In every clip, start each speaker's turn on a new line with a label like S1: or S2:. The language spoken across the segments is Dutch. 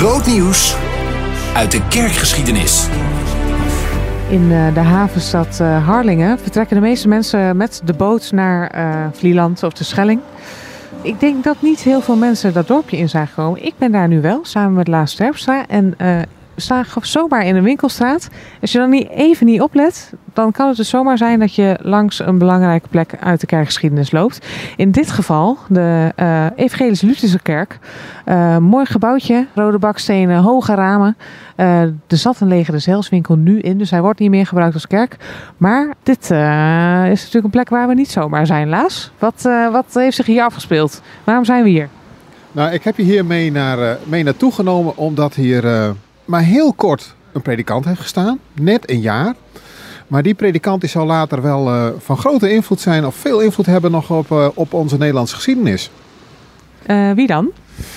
S1: Groot nieuws uit de kerkgeschiedenis.
S2: In de havenstad Harlingen vertrekken de meeste mensen met de boot naar Vlieland of de Schelling. Ik denk dat niet heel veel mensen dat dorpje in zijn gekomen. Ik ben daar nu wel, samen met Laas Terpstra. En sta zomaar in een winkelstraat. Als je dan niet oplet, dan kan het dus zomaar zijn dat je langs een belangrijke plek uit de kerkgeschiedenis loopt. In dit geval de Evangelische-Lutherse kerk. Mooi gebouwtje, rode bakstenen, hoge ramen. Er zat een Leger des Heils winkel nu in, dus hij wordt niet meer gebruikt als kerk. Maar dit is natuurlijk een plek waar we niet zomaar zijn, Laas. Wat heeft zich hier afgespeeld? Waarom zijn we hier?
S3: Nou, ik heb je hier mee naartoe genomen omdat hier maar heel kort een predikant heeft gestaan. Net een jaar. Maar die predikant die zal later wel van grote invloed zijn of veel invloed hebben nog op onze Nederlandse geschiedenis.
S2: Wie dan?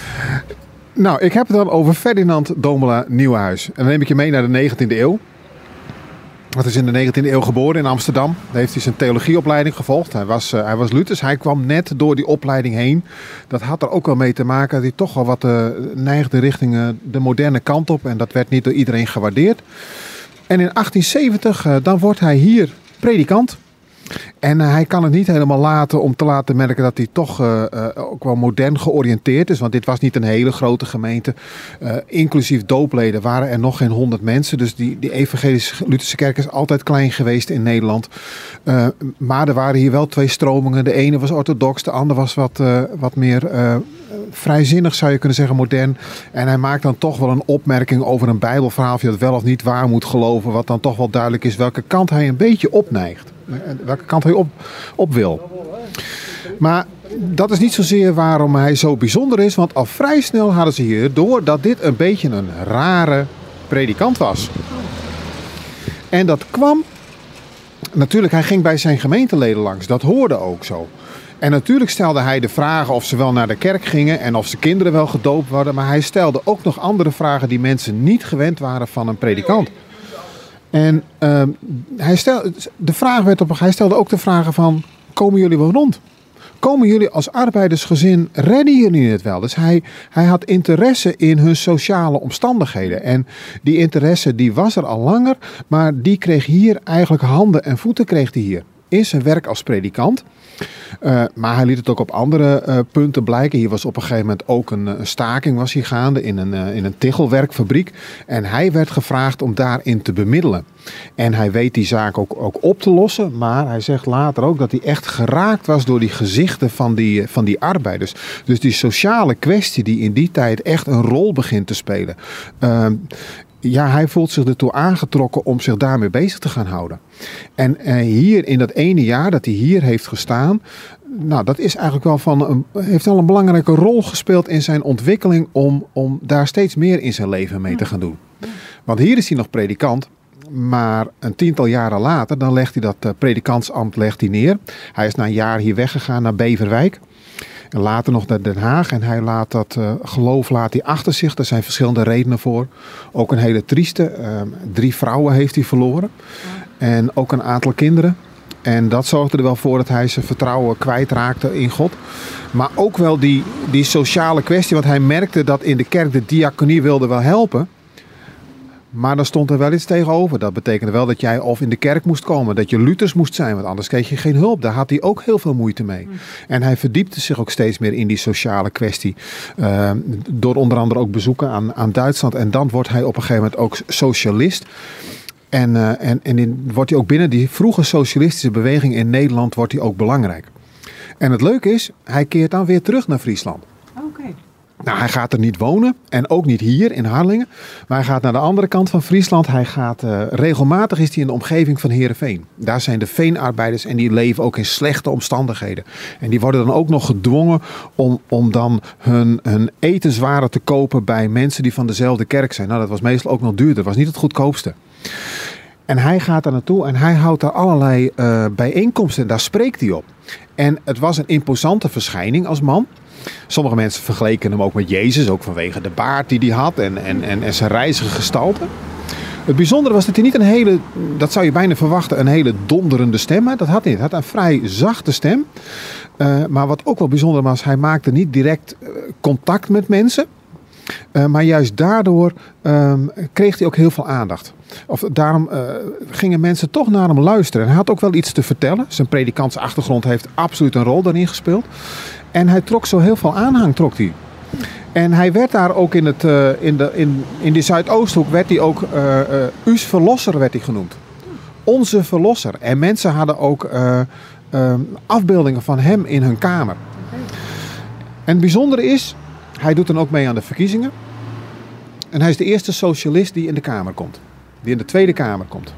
S3: Nou, ik heb het dan over Ferdinand Domela Nieuwenhuis. En dan neem ik je mee naar de 19e eeuw. Hij is in de 19e eeuw geboren in Amsterdam. Daar heeft hij zijn theologieopleiding gevolgd. Hij was Luthers. Hij kwam net door die opleiding heen. Dat had er ook wel mee te maken dat hij toch wel wat neigde richting de moderne kant op. En dat werd niet door iedereen gewaardeerd. En in 1870 dan wordt hij hier predikant. En hij kan het niet helemaal laten om te laten merken dat hij toch ook wel modern georiënteerd is. Want dit was niet een hele grote gemeente. Inclusief doopleden waren er nog geen 100 mensen. Dus die Evangelische-Lutherse kerk is altijd klein geweest in Nederland. Maar er waren hier wel twee stromingen. De ene was orthodox, de andere was wat meer vrijzinnig, zou je kunnen zeggen, modern. En hij maakt dan toch wel een opmerking over een bijbelverhaal. Of je dat wel of niet waar moet geloven. Wat dan toch wel duidelijk is welke kant hij een beetje opneigt. Welke kant hij op wil. Maar dat is niet zozeer waarom hij zo bijzonder is. Want al vrij snel hadden ze hier door dat dit een beetje een rare predikant was. En dat kwam. Natuurlijk, hij ging bij zijn gemeenteleden langs. Dat hoorde ook zo. En natuurlijk stelde hij de vragen of ze wel naar de kerk gingen. En of zijn kinderen wel gedoopt worden. Maar hij stelde ook nog andere vragen die mensen niet gewend waren van een predikant. En hij stelde ook de vragen van, komen jullie wel rond? Komen jullie als arbeidersgezin, redden jullie het wel? Dus hij had interesse in hun sociale omstandigheden. En die interesse die was er al langer, maar die kreeg hier eigenlijk handen en voeten kreeg hij hier. In zijn werk als predikant. Maar hij liet het ook op andere punten blijken. Hier was op een gegeven moment ook een staking was hier gaande in een tegelwerkfabriek. En hij werd gevraagd om daarin te bemiddelen. En hij weet die zaak ook op te lossen. Maar hij zegt later ook dat hij echt geraakt was door die gezichten van die arbeiders. Dus die sociale kwestie die in die tijd echt een rol begint te spelen. Ja, hij voelt zich ertoe aangetrokken om zich daarmee bezig te gaan houden. En hier in dat ene jaar dat hij hier heeft gestaan, nou, dat is eigenlijk wel heeft al een belangrijke rol gespeeld in zijn ontwikkeling om daar steeds meer in zijn leven mee te gaan doen. Want hier is hij nog predikant. Maar een 10-tal jaren later, dan legt hij dat predikantsambt neer. Hij is na een jaar hier weggegaan naar Beverwijk. En later nog naar Den Haag. En hij laat dat geloof achter zich. Daar zijn verschillende redenen voor. Ook een hele trieste. 3 vrouwen heeft hij verloren. En ook een aantal kinderen. En dat zorgde er wel voor dat hij zijn vertrouwen kwijtraakte in God. Maar ook wel die sociale kwestie. Want hij merkte dat in de kerk de diaconie wilde wel helpen. Maar dan stond er wel iets tegenover. Dat betekende wel dat jij of in de kerk moest komen. Dat je Luthers moest zijn, want anders kreeg je geen hulp. Daar had hij ook heel veel moeite mee. En hij verdiepte zich ook steeds meer in die sociale kwestie. Door onder andere ook bezoeken aan Duitsland. En dan wordt hij op een gegeven moment ook socialist. En wordt hij ook binnen die vroege socialistische beweging in Nederland wordt hij ook belangrijk. En het leuke is, hij keert dan weer terug naar Friesland.
S2: Oké.
S3: Nou, hij gaat er niet wonen en ook niet hier in Harlingen. Maar hij gaat naar de andere kant van Friesland. Hij gaat regelmatig is hij in de omgeving van Heerenveen. Daar zijn de veenarbeiders en die leven ook in slechte omstandigheden. En die worden dan ook nog gedwongen om dan hun etenswaren te kopen bij mensen die van dezelfde kerk zijn. Nou, dat was meestal ook nog duurder. Dat was niet het goedkoopste. En hij gaat daar naartoe en hij houdt daar allerlei bijeenkomsten en daar spreekt hij op. En het was een imposante verschijning als man. Sommige mensen vergeleken hem ook met Jezus, ook vanwege de baard die hij had en zijn reizige gestalte. Het bijzondere was dat hij niet een hele, dat zou je bijna verwachten, een hele donderende stem had. Dat had hij niet. Hij had een vrij zachte stem. Maar wat ook wel bijzonder was, hij maakte niet direct contact met mensen. Maar juist daardoor kreeg hij ook heel veel aandacht. Daarom gingen mensen toch naar hem luisteren. En hij had ook wel iets te vertellen. Zijn predikantse achtergrond heeft absoluut een rol daarin gespeeld. En hij trok zo heel veel aanhang, trok hij. En hij werd daar ook in de Zuidoosthoek werd hij ook Us Verlosser werd hij genoemd. Onze Verlosser. En mensen hadden ook afbeeldingen van hem in hun kamer. En het bijzondere is, hij doet dan ook mee aan de verkiezingen. En hij is de eerste socialist die in de Kamer komt. Die in de Tweede Kamer komt.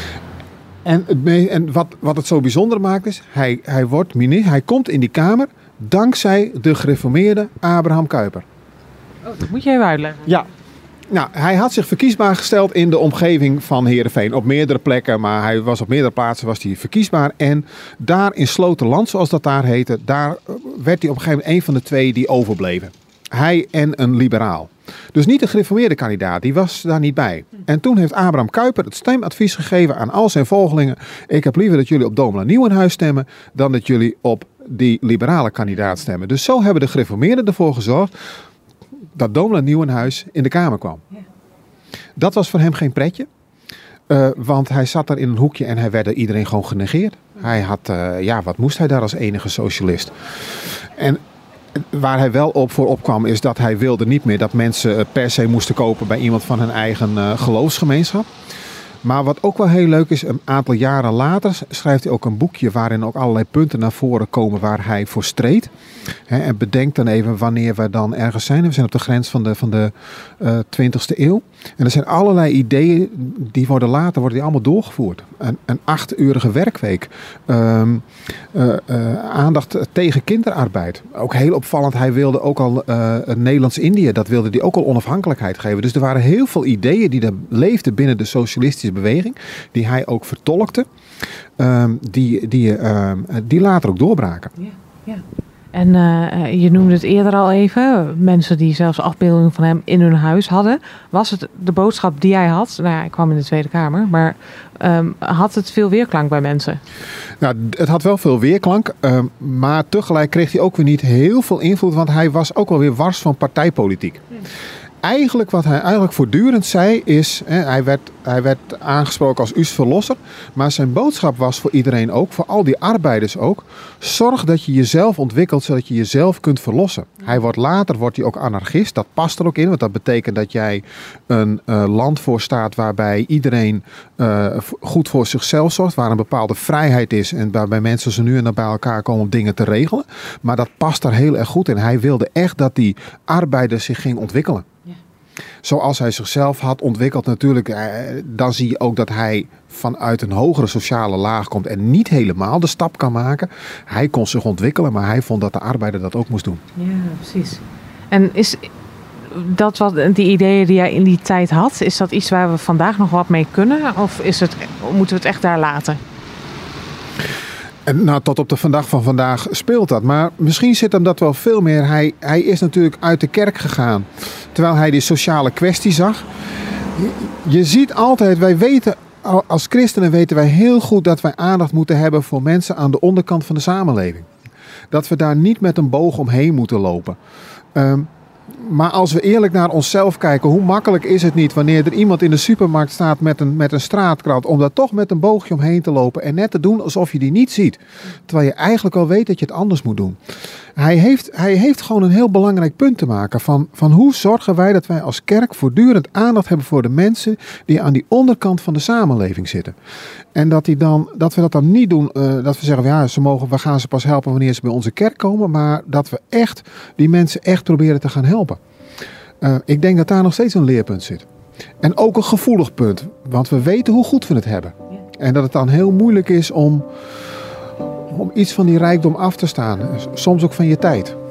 S3: En wat het zo bijzonder maakt is, hij wordt minister, hij komt in die Kamer dankzij de gereformeerde Abraham Kuyper.
S2: Oh, dat moet je even uitleggen.
S3: Ja. Nou, hij had zich verkiesbaar gesteld in de omgeving van Heerenveen. Op meerdere plekken, maar hij was op meerdere plaatsen was hij verkiesbaar. En daar in Sloterland, zoals dat daar heette, daar werd hij op een gegeven moment een van de twee die overbleven. Hij en een liberaal. Dus niet de gereformeerde kandidaat, die was daar niet bij. En toen heeft Abraham Kuyper het stemadvies gegeven aan al zijn volgelingen. Ik heb liever dat jullie op Domela Nieuwenhuis stemmen dan dat jullie op die liberale kandidaat stemmen. Dus zo hebben de gereformeerden ervoor gezorgd dat Domela Nieuwenhuis in de Kamer kwam. Ja. Dat was voor hem geen pretje. Want hij zat daar in een hoekje en hij werd door iedereen gewoon genegeerd. Hij had, wat moest hij daar als enige socialist? En waar hij wel voor opkwam is dat hij wilde niet meer dat mensen per se moesten kopen bij iemand van hun eigen geloofsgemeenschap. Maar wat ook wel heel leuk is, een aantal jaren later schrijft hij ook een boekje waarin ook allerlei punten naar voren komen waar hij voor streed. En bedenk dan even wanneer we dan ergens zijn. We zijn op de grens van de 20e eeuw. En er zijn allerlei ideeën, die worden die allemaal doorgevoerd. Een 8-urige werkweek. Aandacht tegen kinderarbeid. Ook heel opvallend, hij wilde ook al Nederlands-Indië, dat wilde hij ook al onafhankelijkheid geven. Dus er waren heel veel ideeën die er leefden binnen de socialistische beweging, die hij ook vertolkte, die later ook doorbraken. Ja, ja.
S2: En je noemde het eerder al even, mensen die zelfs afbeeldingen van hem in hun huis hadden. Was het de boodschap die hij had? Nou ja, ik kwam in de Tweede Kamer, maar had het veel weerklank bij mensen?
S3: Nou, het had wel veel weerklank, maar tegelijk kreeg hij ook weer niet heel veel invloed, want hij was ook wel weer wars van partijpolitiek. Eigenlijk wat hij voortdurend zei is, hij werd aangesproken als Us Verlosser, maar zijn boodschap was voor iedereen ook, voor al die arbeiders ook, zorg dat je jezelf ontwikkelt zodat je jezelf kunt verlossen. Later wordt hij ook anarchist, dat past er ook in, want dat betekent dat jij een land voor staat waarbij iedereen goed voor zichzelf zorgt, waar een bepaalde vrijheid is en waarbij mensen zo nu en dan bij elkaar komen om dingen te regelen. Maar dat past er heel erg goed in. Hij wilde echt dat die arbeiders zich ging ontwikkelen. Zoals hij zichzelf had ontwikkeld natuurlijk, dan zie je ook dat hij vanuit een hogere sociale laag komt en niet helemaal de stap kan maken. Hij kon zich ontwikkelen, maar hij vond dat de arbeider dat ook moest doen.
S2: Ja, precies. En is dat die ideeën die jij in die tijd had, is dat iets waar we vandaag nog wat mee kunnen? Of moeten we het echt daar laten?
S3: En nou, tot op de dag van vandaag speelt dat. Maar misschien zit hem dat wel veel meer. Hij is natuurlijk uit de kerk gegaan, terwijl hij die sociale kwestie zag. Je ziet altijd, wij weten, als christenen weten wij heel goed dat wij aandacht moeten hebben voor mensen aan de onderkant van de samenleving. Dat we daar niet met een boog omheen moeten lopen. Maar als we eerlijk naar onszelf kijken, hoe makkelijk is het niet wanneer er iemand in de supermarkt staat met een straatkrant, om daar toch met een boogje omheen te lopen en net te doen alsof je die niet ziet. Terwijl je eigenlijk al weet dat je het anders moet doen. Hij heeft gewoon een heel belangrijk punt te maken van hoe zorgen wij dat wij als kerk voortdurend aandacht hebben voor de mensen die aan die onderkant van de samenleving zitten. En dat we dat dan niet doen, dat we zeggen, we gaan ze pas helpen wanneer ze bij onze kerk komen, maar dat we echt die mensen echt proberen te gaan helpen. Ik denk dat daar nog steeds een leerpunt zit. En ook een gevoelig punt, want we weten hoe goed we het hebben. En dat het dan heel moeilijk is om iets van die rijkdom af te staan. Soms ook van je tijd.